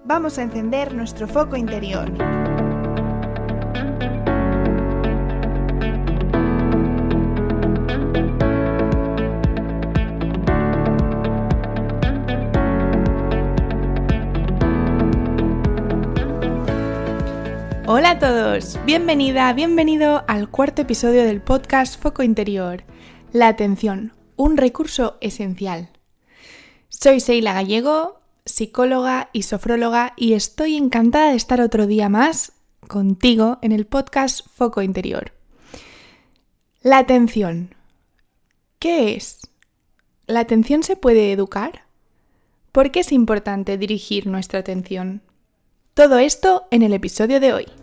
Vamos a encender nuestro foco interior. Hola a todos, bienvenido al cuarto episodio del podcast Foco Interior. La atención, un recurso esencial. Soy Seila Gallego, psicóloga y sofróloga, y estoy encantada de estar otro día más contigo en el podcast Foco Interior. La atención. ¿Qué es? ¿La atención se puede educar? ¿Por qué es importante dirigir nuestra atención? Todo esto en el episodio de hoy.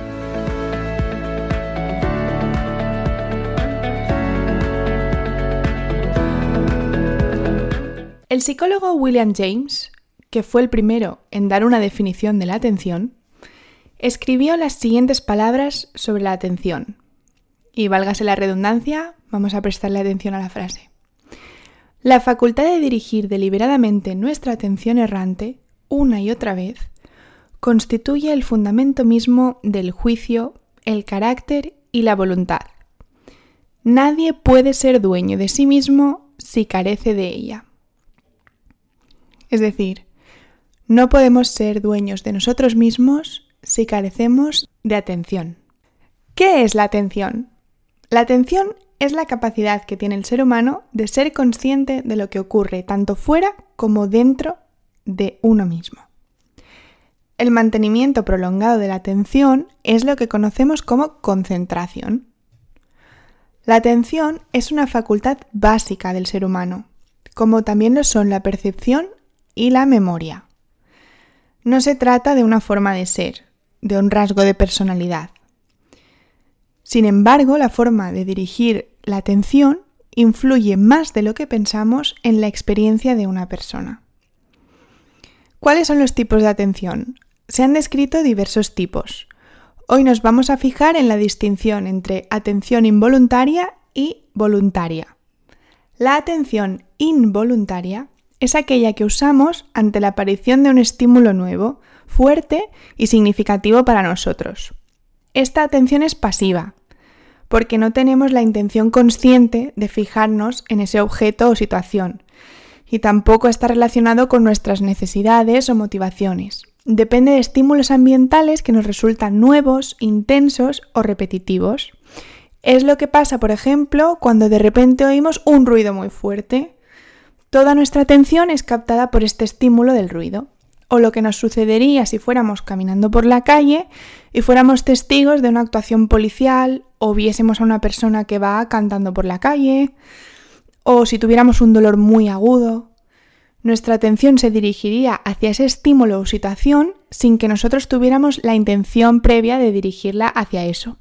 El psicólogo William James, que fue el primero en dar una definición de la atención, escribió las siguientes palabras sobre la atención. Y válgase la redundancia, vamos a prestarle atención a la frase. La facultad de dirigir deliberadamente nuestra atención errante, una y otra vez, constituye el fundamento mismo del juicio, el carácter y la voluntad. Nadie puede ser dueño de sí mismo si carece de ella. Es decir, no podemos ser dueños de nosotros mismos si carecemos de atención. ¿Qué es la atención? La atención es la capacidad que tiene el ser humano de ser consciente de lo que ocurre tanto fuera como dentro de uno mismo. El mantenimiento prolongado de la atención es lo que conocemos como concentración. La atención es una facultad básica del ser humano, como también lo son la percepción y la memoria. No se trata de una forma de ser, de un rasgo de personalidad. Sin embargo, la forma de dirigir la atención influye más de lo que pensamos en la experiencia de una persona. ¿Cuáles son los tipos de atención? Se han descrito diversos tipos. Hoy nos vamos a fijar en la distinción entre atención involuntaria y voluntaria. La atención involuntaria es aquella que usamos ante la aparición de un estímulo nuevo, fuerte y significativo para nosotros. Esta atención es pasiva, porque no tenemos la intención consciente de fijarnos en ese objeto o situación, y tampoco está relacionado con nuestras necesidades o motivaciones. Depende de estímulos ambientales que nos resultan nuevos, intensos o repetitivos. Es lo que pasa, por ejemplo, cuando de repente oímos un ruido muy fuerte. Toda nuestra atención es captada por este estímulo del ruido. O lo que nos sucedería si fuéramos caminando por la calle y fuéramos testigos de una actuación policial, o viésemos a una persona que va cantando por la calle, o si tuviéramos un dolor muy agudo. Nuestra atención se dirigiría hacia ese estímulo o situación sin que nosotros tuviéramos la intención previa de dirigirla hacia eso.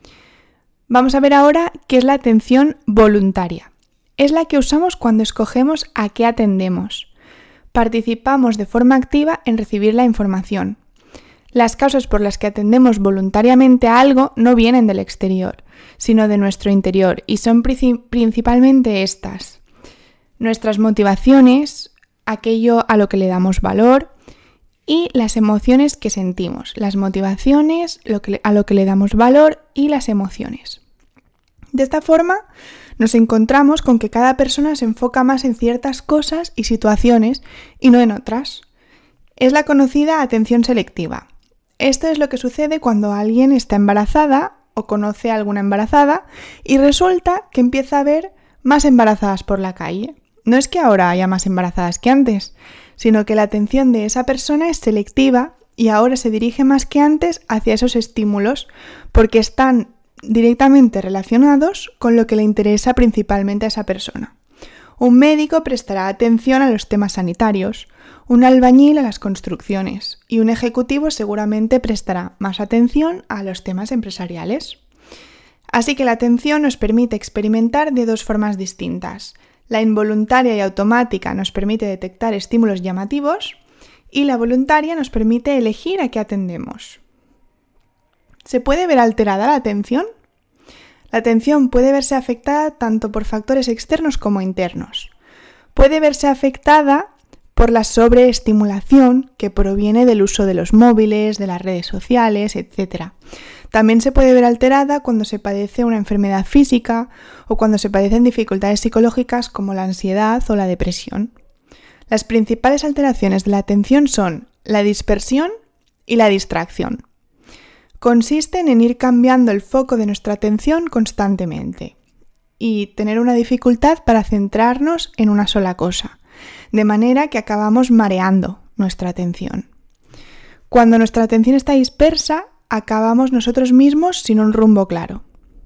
Vamos a ver ahora qué es la atención voluntaria. Es la que usamos cuando escogemos a qué atendemos. Participamos de forma activa en recibir la información. Las causas por las que atendemos voluntariamente a algo no vienen del exterior, sino de nuestro interior, y son principalmente estas: nuestras motivaciones, aquello a lo que le damos valor, y las emociones que sentimos. Las motivaciones, a lo que le damos valor, y las emociones. De esta forma, nos encontramos con que cada persona se enfoca más en ciertas cosas y situaciones y no en otras. Es la conocida atención selectiva. Esto es lo que sucede cuando alguien está embarazada o conoce a alguna embarazada y resulta que empieza a ver más embarazadas por la calle. No es que ahora haya más embarazadas que antes, sino que la atención de esa persona es selectiva y ahora se dirige más que antes hacia esos estímulos porque están directamente relacionados con lo que le interesa principalmente a esa persona. Un médico prestará atención a los temas sanitarios, un albañil a las construcciones y un ejecutivo seguramente prestará más atención a los temas empresariales. Así que la atención nos permite experimentar de dos formas distintas. La involuntaria y automática nos permite detectar estímulos llamativos y la voluntaria nos permite elegir a qué atendemos. ¿Se puede ver alterada la atención? La atención puede verse afectada tanto por factores externos como internos. Puede verse afectada por la sobreestimulación que proviene del uso de los móviles, de las redes sociales, etc. También se puede ver alterada cuando se padece una enfermedad física o cuando se padecen dificultades psicológicas como la ansiedad o la depresión. Las principales alteraciones de la atención son la dispersión y la distracción. Consisten en ir cambiando el foco de nuestra atención constantemente y tener una dificultad para centrarnos en una sola cosa, de manera que acabamos mareando nuestra atención. Cuando nuestra atención está dispersa, acabamos nosotros mismos sin un rumbo claro.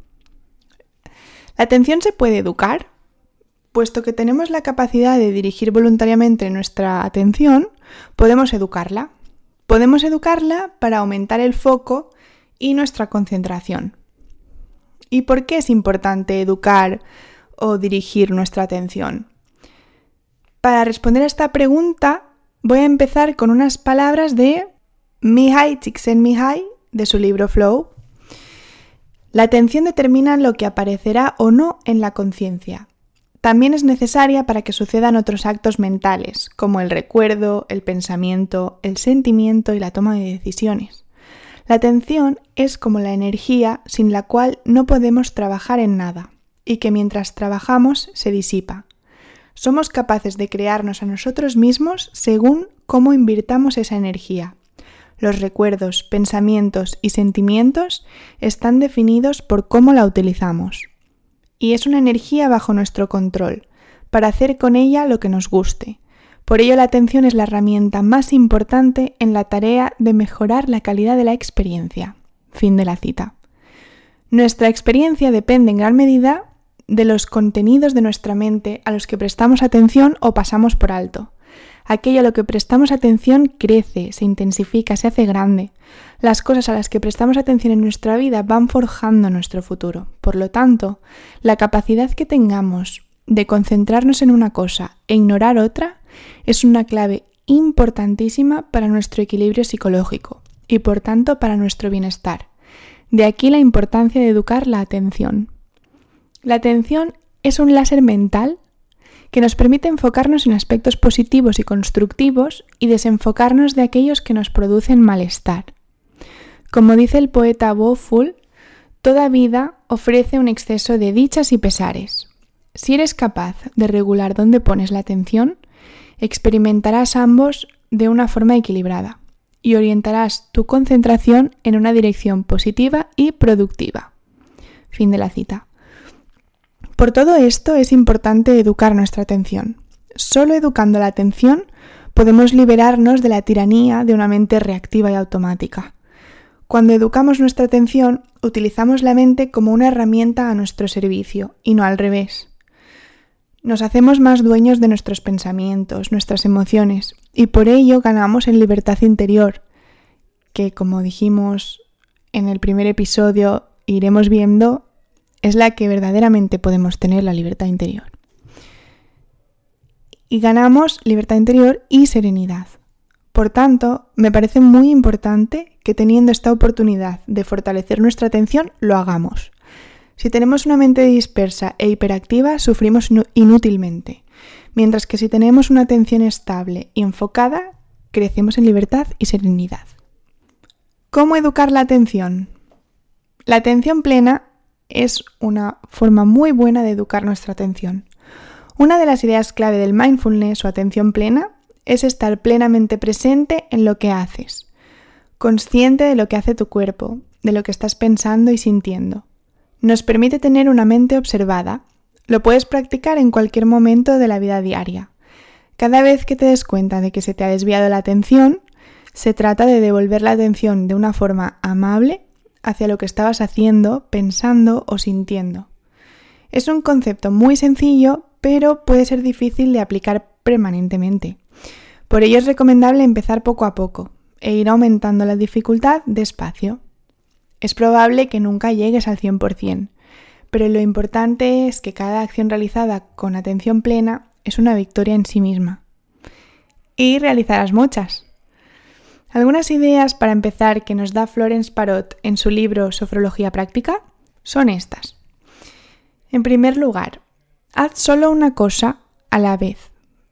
¿La atención se puede educar? Puesto que tenemos la capacidad de dirigir voluntariamente nuestra atención, podemos educarla. Podemos educarla para aumentar el foco y nuestra concentración. ¿Y por qué es importante educar o dirigir nuestra atención? Para responder a esta pregunta, voy a empezar con unas palabras de Mihaly Csikszentmihalyi de su libro Flow. La atención determina lo que aparecerá o no en la conciencia. También es necesaria para que sucedan otros actos mentales, como el recuerdo, el pensamiento, el sentimiento y la toma de decisiones. La atención es como la energía sin la cual no podemos trabajar en nada, y que mientras trabajamos se disipa. Somos capaces de crearnos a nosotros mismos según cómo invirtamos esa energía. Los recuerdos, pensamientos y sentimientos están definidos por cómo la utilizamos. Y es una energía bajo nuestro control, para hacer con ella lo que nos guste. Por ello la atención es la herramienta más importante en la tarea de mejorar la calidad de la experiencia. Fin de la cita. Nuestra experiencia depende en gran medida de los contenidos de nuestra mente a los que prestamos atención o pasamos por alto. Aquello a lo que prestamos atención crece, se intensifica, se hace grande. Las cosas a las que prestamos atención en nuestra vida van forjando nuestro futuro. Por lo tanto, la capacidad que tengamos de concentrarnos en una cosa e ignorar otra es una clave importantísima para nuestro equilibrio psicológico y, por tanto, para nuestro bienestar. De aquí la importancia de educar la atención. La atención es un láser mental que nos permite enfocarnos en aspectos positivos y constructivos y desenfocarnos de aquellos que nos producen malestar. Como dice el poeta Bofull, toda vida ofrece un exceso de dichas y pesares. Si eres capaz de regular dónde pones la atención, experimentarás ambos de una forma equilibrada y orientarás tu concentración en una dirección positiva y productiva. Fin de la cita. Por todo esto es importante educar nuestra atención. Solo educando la atención podemos liberarnos de la tiranía de una mente reactiva y automática. Cuando educamos nuestra atención, utilizamos la mente como una herramienta a nuestro servicio y no al revés. Nos hacemos más dueños de nuestros pensamientos, nuestras emociones, y por ello ganamos en libertad interior, que, como dijimos en el primer episodio, iremos viendo, es la que verdaderamente podemos tener, la libertad interior. Y ganamos libertad interior y serenidad. Por tanto, me parece muy importante que teniendo esta oportunidad de fortalecer nuestra atención, lo hagamos. Si tenemos una mente dispersa e hiperactiva, sufrimos inútilmente, mientras que si tenemos una atención estable y enfocada, crecemos en libertad y serenidad. ¿Cómo educar la atención? La atención plena es una forma muy buena de educar nuestra atención. Una de las ideas clave del mindfulness o atención plena es estar plenamente presente en lo que haces, consciente de lo que hace tu cuerpo, de lo que estás pensando y sintiendo. Nos permite tener una mente observada. Lo puedes practicar en cualquier momento de la vida diaria. Cada vez que te des cuenta de que se te ha desviado la atención, se trata de devolver la atención de una forma amable hacia lo que estabas haciendo, pensando o sintiendo. Es un concepto muy sencillo, pero puede ser difícil de aplicar permanentemente. Por ello es recomendable empezar poco a poco e ir aumentando la dificultad despacio. Es probable que nunca llegues al 100%, pero lo importante es que cada acción realizada con atención plena es una victoria en sí misma. Y realizarás muchas. Algunas ideas para empezar que nos da Florence Parrott en su libro Sofrología Práctica son estas. En primer lugar, haz solo una cosa a la vez.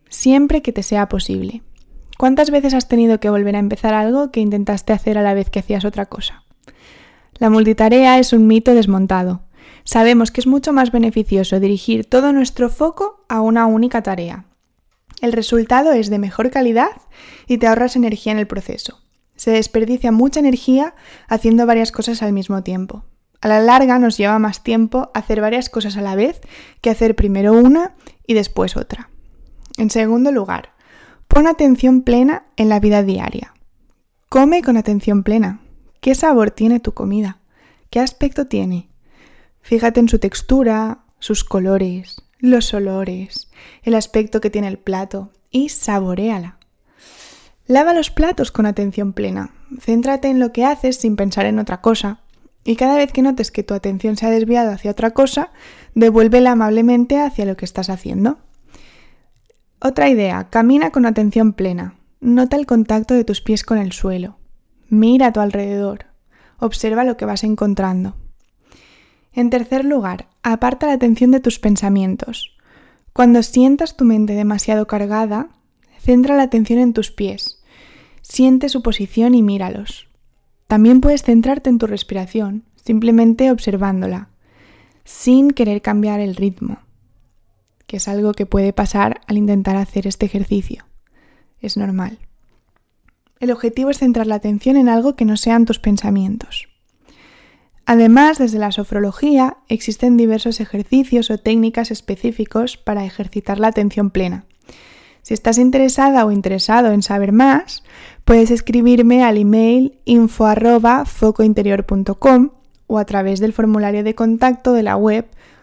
siempre que te sea posible. ¿Cuántas veces has tenido que volver a empezar algo que intentaste hacer a la vez que hacías otra cosa? La multitarea es un mito desmontado. Sabemos que es mucho más beneficioso dirigir todo nuestro foco a una única tarea. El resultado es de mejor calidad y te ahorras energía en el proceso. Se desperdicia mucha energía haciendo varias cosas al mismo tiempo. A la larga nos lleva más tiempo hacer varias cosas a la vez que hacer primero una y después otra. En segundo lugar, pon atención plena en la vida diaria. Come con atención plena. ¿Qué sabor tiene tu comida? ¿Qué aspecto tiene? Fíjate en su textura, sus colores, los olores, el aspecto que tiene el plato y saboréala. Lava los platos con atención plena. Céntrate en lo que haces sin pensar en otra cosa. Y cada vez que notes que tu atención se ha desviado hacia otra cosa, devuélvela amablemente hacia lo que estás haciendo. Otra idea, camina con atención plena. Nota el contacto de tus pies con el suelo. Mira a tu alrededor. Observa lo que vas encontrando. En tercer lugar, aparta la atención de tus pensamientos. Cuando sientas tu mente demasiado cargada, centra la atención en tus pies. Siente su posición y míralos. También puedes centrarte en tu respiración, simplemente observándola, sin querer cambiar el ritmo, que es algo que puede pasar al intentar hacer este ejercicio. Es normal. El objetivo es centrar la atención en algo que no sean tus pensamientos. Además, desde la sofrología existen diversos ejercicios o técnicas específicos para ejercitar la atención plena. Si estás interesada o interesado en saber más, puedes escribirme al email info@focointerior.com o a través del formulario de contacto de la web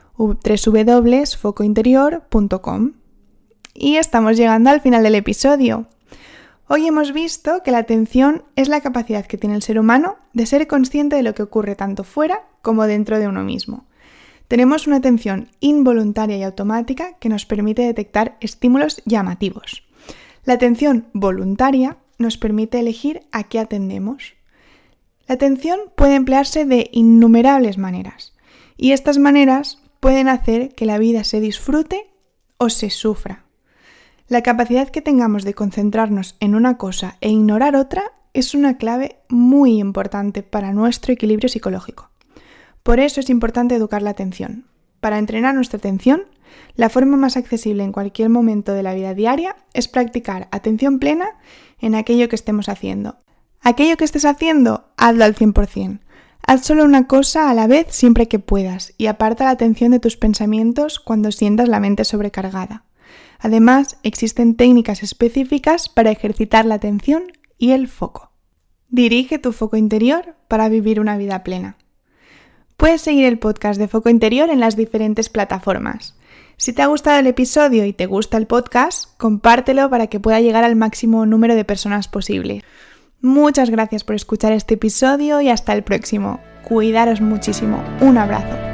www.focointerior.com. Y estamos llegando al final del episodio. Hoy hemos visto que la atención es la capacidad que tiene el ser humano de ser consciente de lo que ocurre tanto fuera como dentro de uno mismo. Tenemos una atención involuntaria y automática que nos permite detectar estímulos llamativos. La atención voluntaria nos permite elegir a qué atendemos. La atención puede emplearse de innumerables maneras, y estas maneras pueden hacer que la vida se disfrute o se sufra. La capacidad que tengamos de concentrarnos en una cosa e ignorar otra es una clave muy importante para nuestro equilibrio psicológico. Por eso es importante educar la atención. Para entrenar nuestra atención, la forma más accesible en cualquier momento de la vida diaria es practicar atención plena en aquello que estemos haciendo. Aquello que estés haciendo, hazlo al 100%. Haz solo una cosa a la vez siempre que puedas y aparta la atención de tus pensamientos cuando sientas la mente sobrecargada. Además, existen técnicas específicas para ejercitar la atención y el foco. Dirige tu foco interior para vivir una vida plena. Puedes seguir el podcast de Foco Interior en las diferentes plataformas. Si te ha gustado el episodio y te gusta el podcast, compártelo para que pueda llegar al máximo número de personas posible. Muchas gracias por escuchar este episodio y hasta el próximo. Cuidaros muchísimo. Un abrazo.